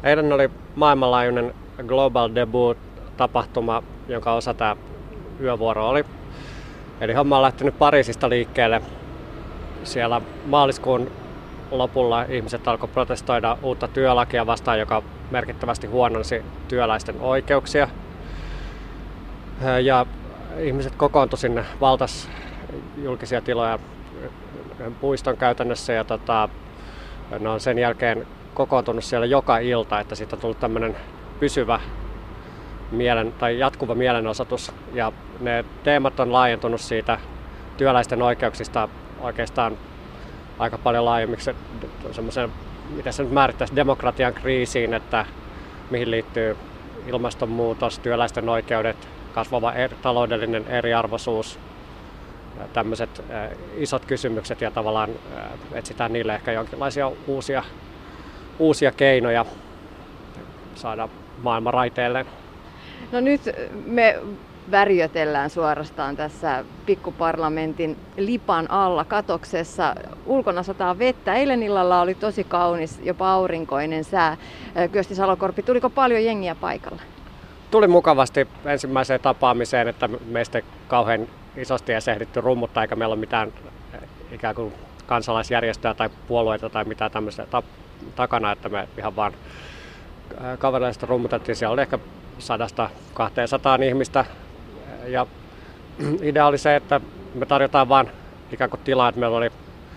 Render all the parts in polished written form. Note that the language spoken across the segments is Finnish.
Eilen oli maailmanlaajuinen Global Debut-tapahtuma, jonka osa tämä yövuoro oli. Eli homma on lähtenyt Pariisista liikkeelle. Siellä maaliskuun lopulla ihmiset alkoi protestoida uutta työlakia vastaan, joka merkittävästi huononsi työläisten oikeuksia. Ja ihmiset kokoontuivat sinne, valtas julkisia tiloja puiston käytännössä, ja ne on sen jälkeen kokoontunut siellä joka ilta, että siitä on tullut tämmöinen pysyvä jatkuva mielenosoitus, ja ne teemat on laajentunut siitä työläisten oikeuksista oikeastaan aika paljon laajemmiksi semmoisen, miten se nyt määrittäisi, demokratian kriisiin, että mihin liittyy ilmastonmuutos, työläisten oikeudet, kasvava taloudellinen eriarvoisuus, tämmöiset isot kysymykset, ja tavallaan etsitään niille ehkä jonkinlaisia uusia keinoja saada maailma raiteilleen. No nyt me värjötellään suorastaan tässä pikkuparlamentin lipan alla katoksessa. Ulkona sataa vettä. Eilen illalla oli tosi kaunis, jopa aurinkoinen sää. Kyösti Salokorpi, tuliko paljon jengiä paikalle? Tuli mukavasti ensimmäiseen tapaamiseen, että meistä kauhean isosti ei ehditty rummuttaa, eikä meillä ole mitään ikään kuin kansalaisjärjestöä tai puolueita tai mitään tämmöistä takana, että me ihan vaan kavereista rummutettiin. Siellä oli ehkä 100-200 ihmistä, ja idea oli se, että me tarjotaan vaan ikään kuin tilaa, että meillä oli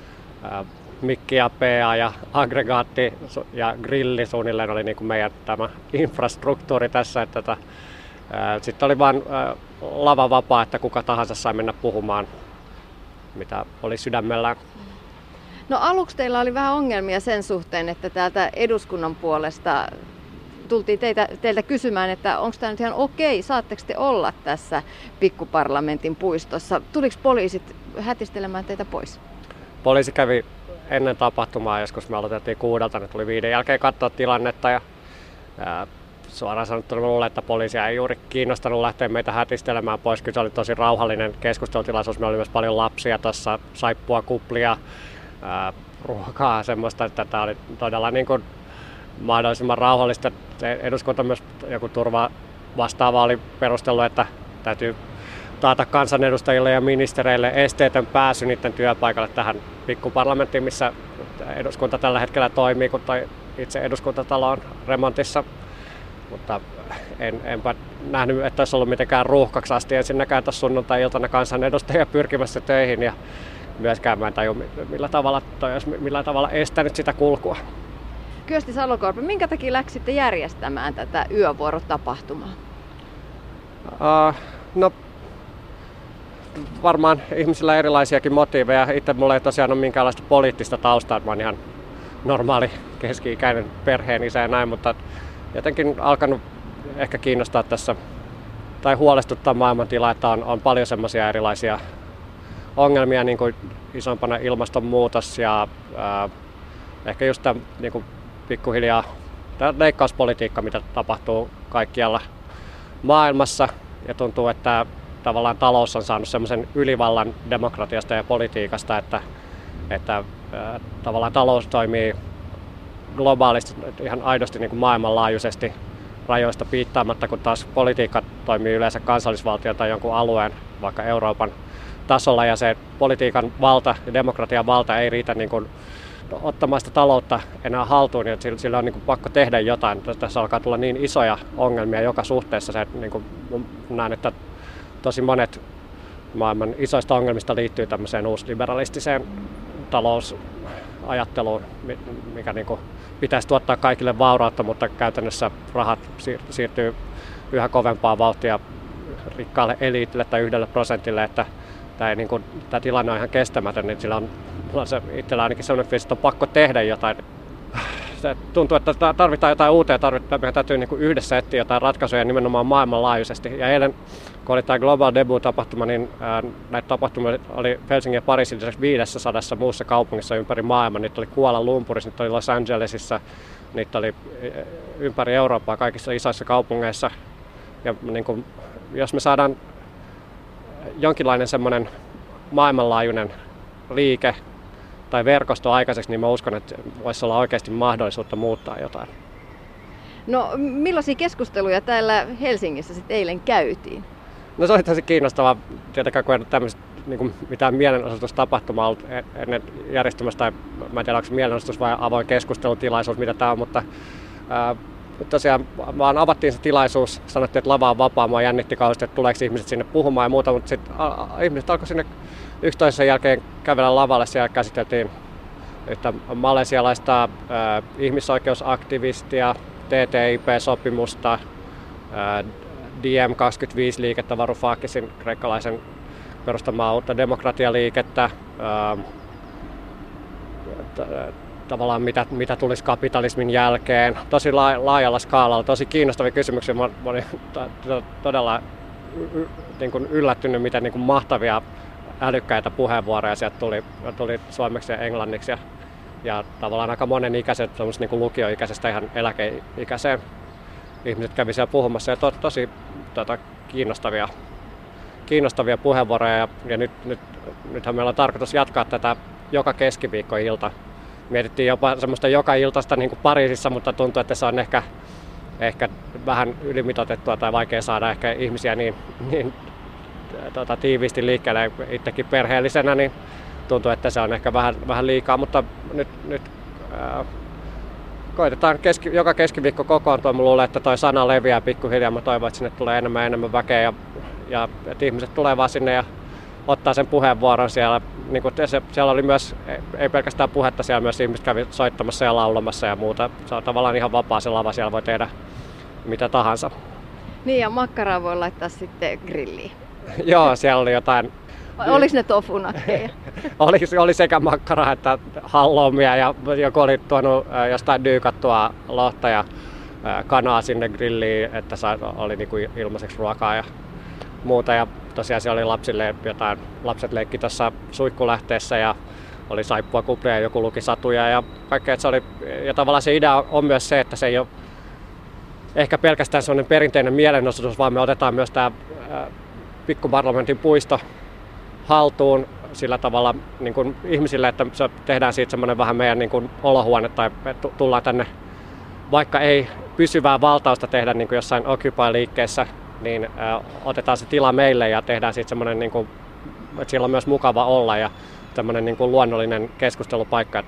mikki ja PA ja aggregaatti ja grilli suunnilleen oli niin kuin meidän tämä infrastruktuuri tässä, että sitten oli vaan lava vapaa, että kuka tahansa sai mennä puhumaan, mitä oli sydämellään. No aluksi teillä oli vähän ongelmia sen suhteen, että täältä eduskunnan puolesta tultiin teiltä kysymään, että onko tämä nyt ihan okei, saatteko te olla tässä pikkuparlamentin puistossa. Tuliko poliisit hätistelemään teitä pois? Poliisi kävi ennen tapahtumaa, joskus me aloitettiin 6, ne tuli 5 jälkeen katsoa tilannetta, ja suoraan sanottuna luulen, että poliisia ei juuri kiinnostanut lähteä meitä hätistelemään pois. Kyllä se oli tosi rauhallinen keskustelutilaisuus, meillä oli myös paljon lapsia tuossa, saippua, kuplia, ruokaa, semmoista, että tämä oli todella niin kuin mahdollisimman rauhallista. Eduskunta myös joku turva vastaava oli perustellut, että täytyy taata kansanedustajille ja ministereille esteetön pääsy niiden työpaikalle tähän pikkuparlamenttiin, missä eduskunta tällä hetkellä toimii, kun toi itse eduskuntatalo on remontissa. Mutta enpä nähnyt, että olisi ollut mitenkään ruuhkaksi asti ensinnäkään tuossa sunnuntai-iltana kansanedustajia pyrkimässä töihin, ja myöskään mä en tajua, millä tavalla estänyt sitä kulkua. Kyösti Salokorpi, minkä takia läksitte järjestämään tätä yövuorotapahtumaa? No, varmaan ihmisillä on erilaisiakin motiiveja. Itse mulla ei tosiaan ole minkäänlaista poliittista taustaa, mä oon ihan normaali keski-ikäinen perheenisä ja näin, mutta jotenkin alkanut ehkä kiinnostaa tässä tai huolestuttaa maailmantila, että on paljon semmoisia erilaisia ongelmia, niin kuin isompana ilmastonmuutos ja ehkä just tämä niin kuin pikkuhiljaa tämä leikkauspolitiikka, mitä tapahtuu kaikkialla maailmassa, ja tuntuu, että tavallaan talous on saanut semmoisen ylivallan demokratiasta ja politiikasta, että tavallaan talous toimii globaalisti ihan aidosti niin kuin maailmanlaajuisesti rajoista piittaamatta, kun taas politiikka toimii yleensä kansallisvaltion tai jonkun alueen, vaikka Euroopan tasolla, ja se politiikan valta ja demokratian valta ei riitä niin kuin ottamaan sitä taloutta enää haltuun, ja sillä on niin kuin pakko tehdä jotain. Tässä alkaa tulla niin isoja ongelmia joka suhteessa. Se, niin kuin näen, että tosi monet maailman isoista ongelmista liittyy tämmöiseen uusliberalistiseen talousajatteluun, mikä niin kuin pitäisi tuottaa kaikille vaurautta, mutta käytännössä rahat siirtyy yhä kovempaa vauhtia rikkaalle eliitille tai 1%, että tämä tilanne on ihan kestämätön, niin sillä on itsellä ainakin sellainen fiilis, että on pakko tehdä jotain. Se tuntuu, että tarvitaan jotain uutta, meidän täytyy niin kuin yhdessä etsiä jotain ratkaisuja nimenomaan maailmanlaajuisesti. Ja eilen, kun oli tämä Global Debut-tapahtuma, niin näitä tapahtumia oli Helsingin ja Pariisin lisäksi 500 muussa kaupungissa ympäri maailman. Niitä oli Kuala Lumpurissa, niitä oli Los Angelesissa, niitä oli ympäri Eurooppaa kaikissa isoissa kaupungeissa. Ja niin kuin, jos me saadaan jonkinlainen semmoinen maailmanlaajuinen liike tai verkosto aikaiseksi, niin mä uskon, että voisi olla oikeasti mahdollisuutta muuttaa jotain. No millaisia keskusteluja täällä Helsingissä sitten eilen käytiin? No se oli tosi kiinnostavaa, tietenkään kun ei ollut tämmöistä niin mitään mielenosoitustapahtumaa ollut ennen järjestämästä, tai mä en tiedä onko se mielenosoitus vai avoin keskustelutilaisuus, mitä tämä on, mutta tosiaan vaan avattiin se tilaisuus, sanottiin, että lava on vapaa, mua jännitti kauheasti, että tuleeko ihmiset sinne puhumaan ja muuta, mutta sitten ihmiset alkoi sinne yksi toisen jälkeen kävellä lavalle, siellä käsiteltiin yhtä malesialaista ihmisoikeusaktivistia, TTIP-sopimusta, Diem25-liikettä, Varoufakisin kreikkalaisen perustamaa uutta demokratialiikettä, tavallaan mitä tulisi kapitalismin jälkeen. Tosi laajalla skaalalla, tosi kiinnostavia kysymyksiä. Mä olin todella niin kuin yllättynyt, miten niin kuin mahtavia, älykkäitä puheenvuoroja sieltä tuli suomeksi ja englanniksi. Ja tavallaan aika monen ikäiset, niin kuin lukioikäisestä ihan eläkeikäiseen ihmiset kävi siellä puhumassa. Ja tosi kiinnostavia puheenvuoroja. Ja nythän meillä on tarkoitus jatkaa tätä joka keskiviikkoilta. Mietittiin jopa semmoista joka iltaista niin kuin Pariisissa, mutta tuntuu, että se on ehkä vähän ylimitoitettua tai vaikea saada ehkä ihmisiä niin tiiviisti liikkeelle. Itsekin perheellisenä niin tuntuu, että se on ehkä vähän liikaa, mutta nyt koitetaan joka keskiviikko kokoontua. Mä luulen, että toi sana leviää pikkuhiljaa. Mä toivon, että sinne tulee enemmän väkeä ja että ihmiset tulee vaan sinne ja ottaa sen puheenvuoron siellä. Niin siellä oli myös, ei pelkästään puhetta, siellä myös ihmiset kävi soittamassa ja laulamassa ja muuta. Se on tavallaan ihan vapaa se lava, siellä voi tehdä mitä tahansa. Niin ja makkaraa voi laittaa sitten grilliin. Joo, siellä oli jotain. Vai oliko ne tofunakkeja? oli sekä makkaraa että halloumia ja joku oli tuonut jostain dyykattua lohta ja kanaa sinne grilliin, että oli niinku ilmaiseksi ruokaa ja muuta. Ja tosiaan siellä oli lapsille jotain, lapset leikki tuossa suihkulähteessä ja oli saippua kuplia ja joku luki satuja ja kaikkea. Ja tavallaan se idea on myös se, että se ei ole ehkä pelkästään sellainen perinteinen mielenosoitus, vaan me otetaan myös tämä Pikkuparlamentin puisto haltuun sillä tavalla niin kuin ihmisille, että tehdään siitä semmoinen vähän meidän niin kuin olohuone tai tullaan tänne, vaikka ei pysyvää valtausta tehdä niin kuin jossain Occupy-liikkeessä, niin otetaan se tila meille ja tehdään siitä semmoinen, niin kuin, että siellä on myös mukava olla ja semmoinen niin kuin luonnollinen keskustelupaikka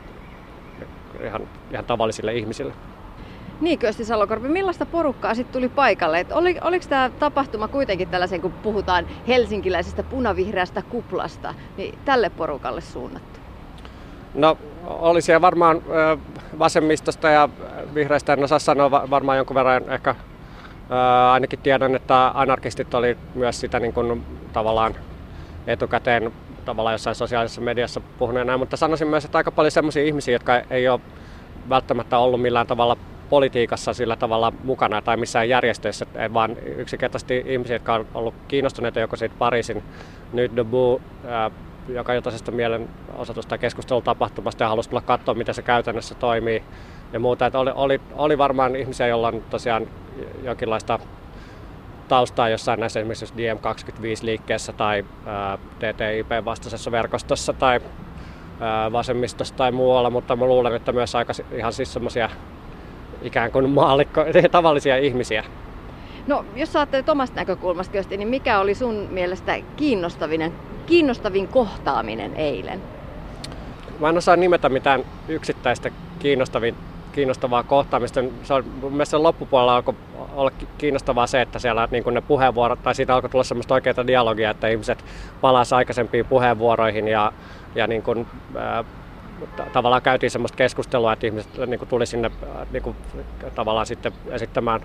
ihan tavallisille ihmisille. Niin, Kyösti Salokorpi, millaista porukkaa sitten tuli paikalle? Oliko tämä tapahtuma kuitenkin tällaisen, kun puhutaan helsinkiläisestä punavihreästä kuplasta, niin tälle porukalle suunnattu? No, oli siellä varmaan vasemmistosta ja vihreistä, en osaa sanoa varmaan jonkun verran ehkä. Ainakin tiedän, että anarkistit oli myös sitä niin kuin, tavallaan etukäteen tavallaan jossain sosiaalisessa mediassa puhuneena, mutta sanoisin myös, että aika paljon sellaisia ihmisiä, jotka ei ole välttämättä ollut millään tavalla politiikassa sillä tavalla mukana tai missään järjestöissä, vaan yksinkertaisesti ihmisiä, jotka on ollut kiinnostuneita joko siitä Pariisin Nuit Debout joka iltaisesta mielenosoitusta ja keskustelutapahtumasta ja halusi tulla katsoa, miten se käytännössä toimii ja muuta. Että oli varmaan ihmisiä, joilla on tosiaan jonkinlaista taustaa jossain näissä esimerkiksi Diem25-liikkeessä tai TTIP-vastaisessa verkostossa tai vasemmistossa tai muualla, mutta mä luulen, että myös aika ihan siis semmoisia ikään kuin tavallisia ihmisiä. No, jos ajattelet omasta näkökulmasta, Kyösti, niin mikä oli sun mielestä kiinnostavin kohtaaminen eilen? Mä en osaa nimetä mitään yksittäistä kiinnostavaa kohtaamista. Se on, mun mielestä sen loppupuolella alkoi olla kiinnostavaa se, että siellä niin kuin ne puheenvuorot, tai siitä alkoi tulla semmoista oikeaa dialogia, että ihmiset palasivat aikaisempiin puheenvuoroihin ja niin kuin, tavallaan käytiin semmoista keskustelua, että ihmiset niin kuin tuli sinne niin kuin, tavallaan sitten esittämään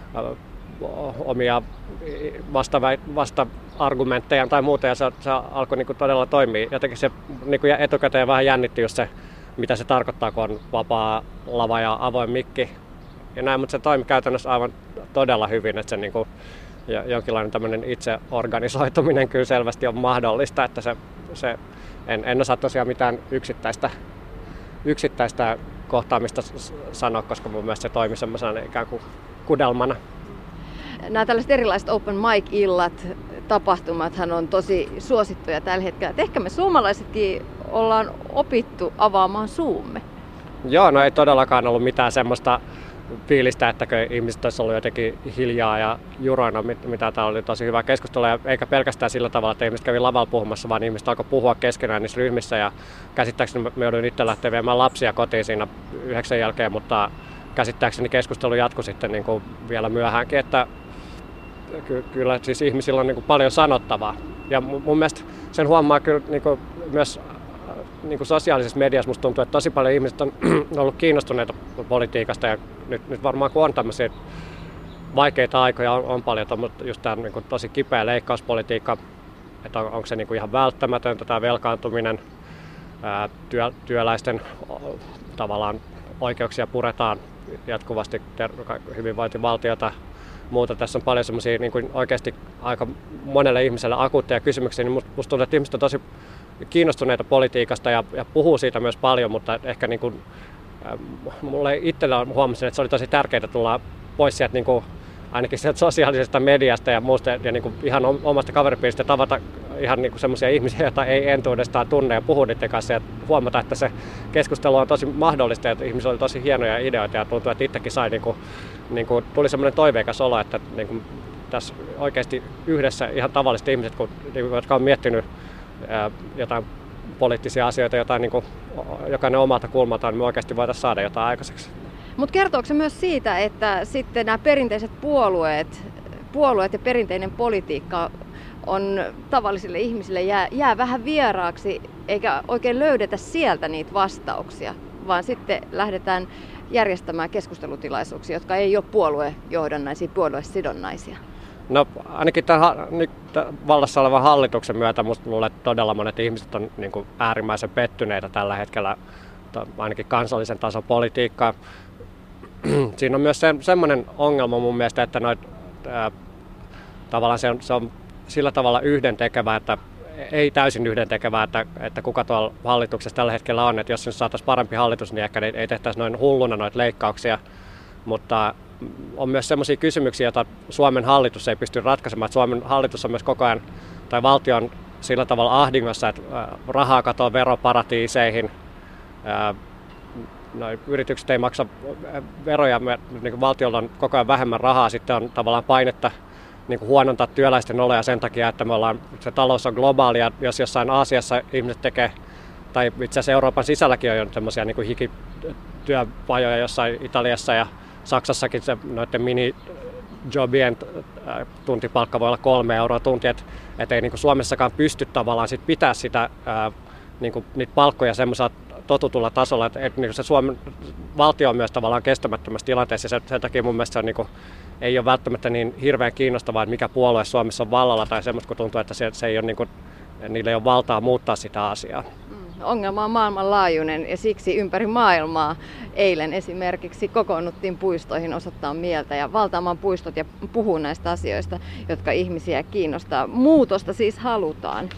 omia vasta-argumentteja tai muuta, ja se alkoi niin kuin todella toimia. Jotenkin se niin kuin etukäteen vähän jännitti just se, mitä se tarkoittaa, kun on vapaa lava ja avoin mikki. Ja näin, mutta se toimi käytännössä aivan todella hyvin, että se niin kuin, jonkinlainen tämmöinen itseorganisoituminen kyllä selvästi on mahdollista, että en osaa tosiaan mitään yksittäistä kohtaamista sanoa, koska mun mielestä se toimi semmoisena ikään kuin kudelmana. Nämä tällaiset erilaiset open mic-illat, tapahtumathan on tosi suosittuja tällä hetkellä. Et ehkä me suomalaisetkin ollaan opittu avaamaan suumme. Joo, no ei todellakaan ollut mitään semmoista fiilistä, että ihmiset olisi ollut jotenkin hiljaa ja juroina, mitä tämä oli tosi hyvä keskustelu, eikä pelkästään sillä tavalla, että ihmiset kävi lavalla puhumassa, vaan ihmiset alkoi puhua keskenään niissä ryhmissä, ja käsittääkseni me jouduin itse lähteä viemään lapsia kotiin siinä 9 jälkeen, mutta käsittääkseni keskustelu jatkui sitten niin kuin vielä myöhäänkin, että kyllä siis ihmisillä on niin kuin paljon sanottavaa. Ja mun mielestä sen huomaa kyllä niin kuin myös niin kuin sosiaalisessa mediassa. Musta tuntuu, että tosi paljon ihmiset on ollut kiinnostuneita politiikasta, ja nyt varmaan kun on tämmöisiä vaikeita aikoja, on paljon just tämä niin kuin tosi kipeä leikkauspolitiikka, että onko se niin kuin ihan välttämätöntä tämä velkaantuminen, työläisten tavallaan oikeuksia puretaan jatkuvasti, hyvinvointivaltiota, muuta. Tässä on paljon semmoisia niin kuin oikeasti aika monelle ihmiselle akuutteja kysymyksiä, niin musta tuntuu, että ihmiset on tosi kiinnostuneita politiikasta ja puhuu siitä myös paljon, mutta ehkä niin kuin, mulle itsellä huomasin, että se oli tosi tärkeää tulla pois sieltä niin kuin, ainakin sieltä sosiaalisesta mediasta ja muusta ja niin kuin ihan omasta kaveripiiristä tavata ihan niin kuin semmoisia ihmisiä, joita ei entuudestaan tunne ja puhua niiden kanssa ja huomata, että se keskustelu on tosi mahdollista ja että ihmisillä oli tosi hienoja ideoita ja tuntuu, että itsekin sai niin kuin, tuli semmoinen toiveikas olo, että niin kuin, tässä oikeasti yhdessä ihan tavalliset ihmiset, jotka on miettinyt jotain poliittisia asioita, jotain niin kuin, jokainen omalta kulmaltaan, niin me oikeasti voitaisiin saada jotain aikaiseksi. Mutta kertooko se myös siitä, että sitten nämä perinteiset puolueet ja perinteinen politiikka on tavallisille ihmisille jää vähän vieraaksi, eikä oikein löydetä sieltä niitä vastauksia, vaan sitten lähdetään järjestämään keskustelutilaisuuksia, jotka ei ole puoluejohdonnaisia, puoluesidonnaisia? No ainakin nyt vallassa olevan hallituksen myötä musta luulen, että todella monet ihmiset on niin kuin äärimmäisen pettyneitä tällä hetkellä, ainakin kansallisen tason politiikkaan. Siinä on myös semmoinen ongelma mun mielestä, että tavallaan se on sillä tavalla yhdentekevää, että ei täysin yhdentekevää, että kuka tuolla hallituksessa tällä hetkellä on. Että jos nyt saataisiin parempi hallitus, niin ehkä ei tehtäisi noin hulluna noita leikkauksia. Mutta on myös sellaisia kysymyksiä, joita Suomen hallitus ei pysty ratkaisemaan. Että Suomen hallitus on myös koko ajan, tai valtio on sillä tavalla ahdingossa, että rahaa katoaa veroparatiiseihin. Yritykset ei maksa veroja, niin valtiolla on koko ajan vähemmän rahaa, sitten on tavallaan painetta niin kuin huonontaa työläisten oloja sen takia, että se talous on globaalia. Jos jossain Aasiassa ihmiset tekee, tai itse asiassa Euroopan sisälläkin on jo semmoisia niin kuin hikityöpajoja jossain Italiassa ja Saksassakin noiden minijobien tuntipalkka voi olla 3 euroa tunti, että ei niin kuin Suomessakaan pysty tavallaan sit pitää sitä, niin kuin niitä palkkoja semmoisella totutulla tasolla, että niin se Suomen valtio on myös tavallaan kestämättömässä tilanteessa ja sen takia mun mielestä se on, niin kuin, ei ole välttämättä niin hirveän kiinnostavaa, että mikä puolue Suomessa on vallalla tai semmoista, kun tuntuu, että se ei ole, niin kuin, niillä ei ole valtaa muuttaa sitä asiaa. Ongelma on maailmanlaajuinen ja siksi ympäri maailmaa eilen esimerkiksi kokoonnuttiin puistoihin osoittaa mieltä ja valtaamaan puistot ja puhua näistä asioista, jotka ihmisiä kiinnostaa. Muutosta siis halutaan.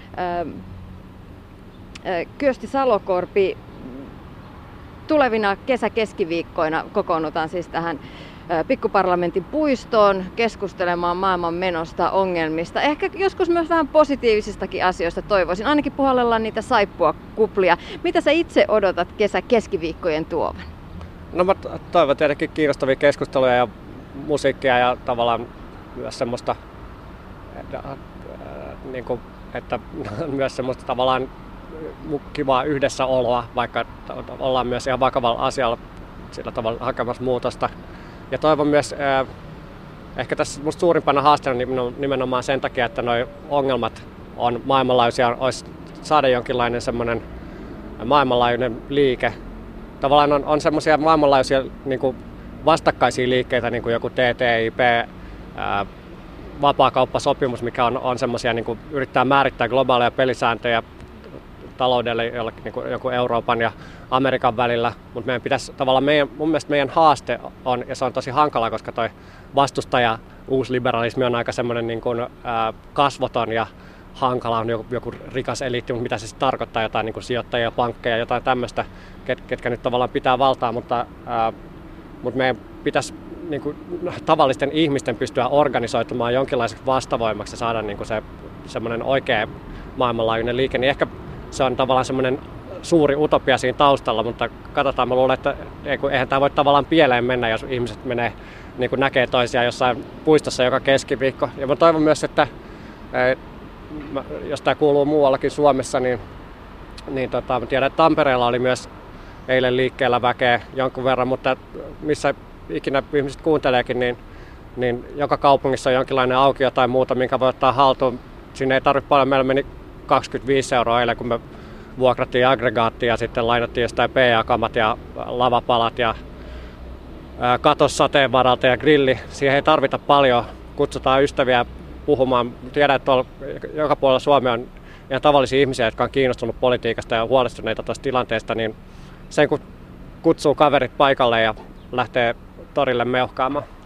Kyösti Salokorpi, tulevina kesäkeskiviikkoina kokoonnutaan siis tähän Pikkuparlamentin puistoon keskustelemaan maailman menosta, ongelmista. Ehkä joskus myös vähän positiivisistakin asioista toivoisin. Ainakin puhallellaan niitä saippuakuplia. Mitä sä itse odotat keskiviikkojen tuovan? No mä toivon tietenkin kiinnostavia keskusteluja ja musiikkia ja tavallaan myös semmoista, niin kuin, että myös semmoista tavallaan kivaa yhdessäoloa, vaikka ollaan myös ihan vakavalla asialla sillä tavalla hakemassa muutosta. Ja toivon myös, ehkä tässä musta suurimpana haasteena nimenomaan sen takia, että nuo ongelmat on maailmanlaajuisia, olisi saada jonkinlainen semmoinen maailmanlaajuinen liike. Tavallaan on semmoisia maailmanlaajuisia niin kuin vastakkaisia liikkeitä, niin kuin joku TTIP, vapaakauppasopimus, mikä on semmoisia, niin kuin yrittää määrittää globaaleja pelisääntöjä taloudelle niin kuin joku Euroopan ja Amerikan välillä, mutta meidän pitäisi tavallaan, mun mielestä meidän haaste on, ja se on tosi hankala, koska toi vastustaja, uusliberalismi on aika semmoinen niin kuin, kasvoton ja hankala, on joku rikas eliitti, mutta mitä se sitten tarkoittaa, jotain niin kuin sijoittajia, pankkeja, jotain tämmöistä, ketkä nyt tavallaan pitää valtaa, mutta meidän pitäisi niin kuin, tavallisten ihmisten pystyä organisoitumaan jonkinlaiseksi vastavoimaksi ja saada niin kuin se semmoinen oikea maailmanlaajuinen liike, niin ehkä se on tavallaan semmoinen suuri utopia siinä taustalla, mutta katsotaan, mä luulen, että eihän tämä voi tavallaan pieleen mennä, jos ihmiset menee niin kuin näkee toisiaan jossain puistossa joka keskiviikko. Ja mä toivon myös, että jos tämä kuuluu muuallakin Suomessa, niin mä tiedän, että Tampereella oli myös eilen liikkeellä väkeä jonkun verran, mutta missä ikinä ihmiset kuunteleekin, niin joka kaupungissa on jonkinlainen aukio tai muuta, minkä voi ottaa haltuun. Sinne ei tarvitse paljon. Meillä meni 25 € eilen, kun me vuokrattiin aggregaattia ja sitten lainattiin jostain PA-kamat ja lavapalat ja katos sateen varalta ja grilli. Siihen ei tarvita paljon. Kutsutaan ystäviä puhumaan. Tiedän, että tuolla joka puolella Suomea on ihan tavallisia ihmisiä, jotka on kiinnostunut politiikasta ja huolestuneita tuosta tilanteesta, niin sen kun kutsuu kaverit paikalle ja lähtee torille meuhkaamaan.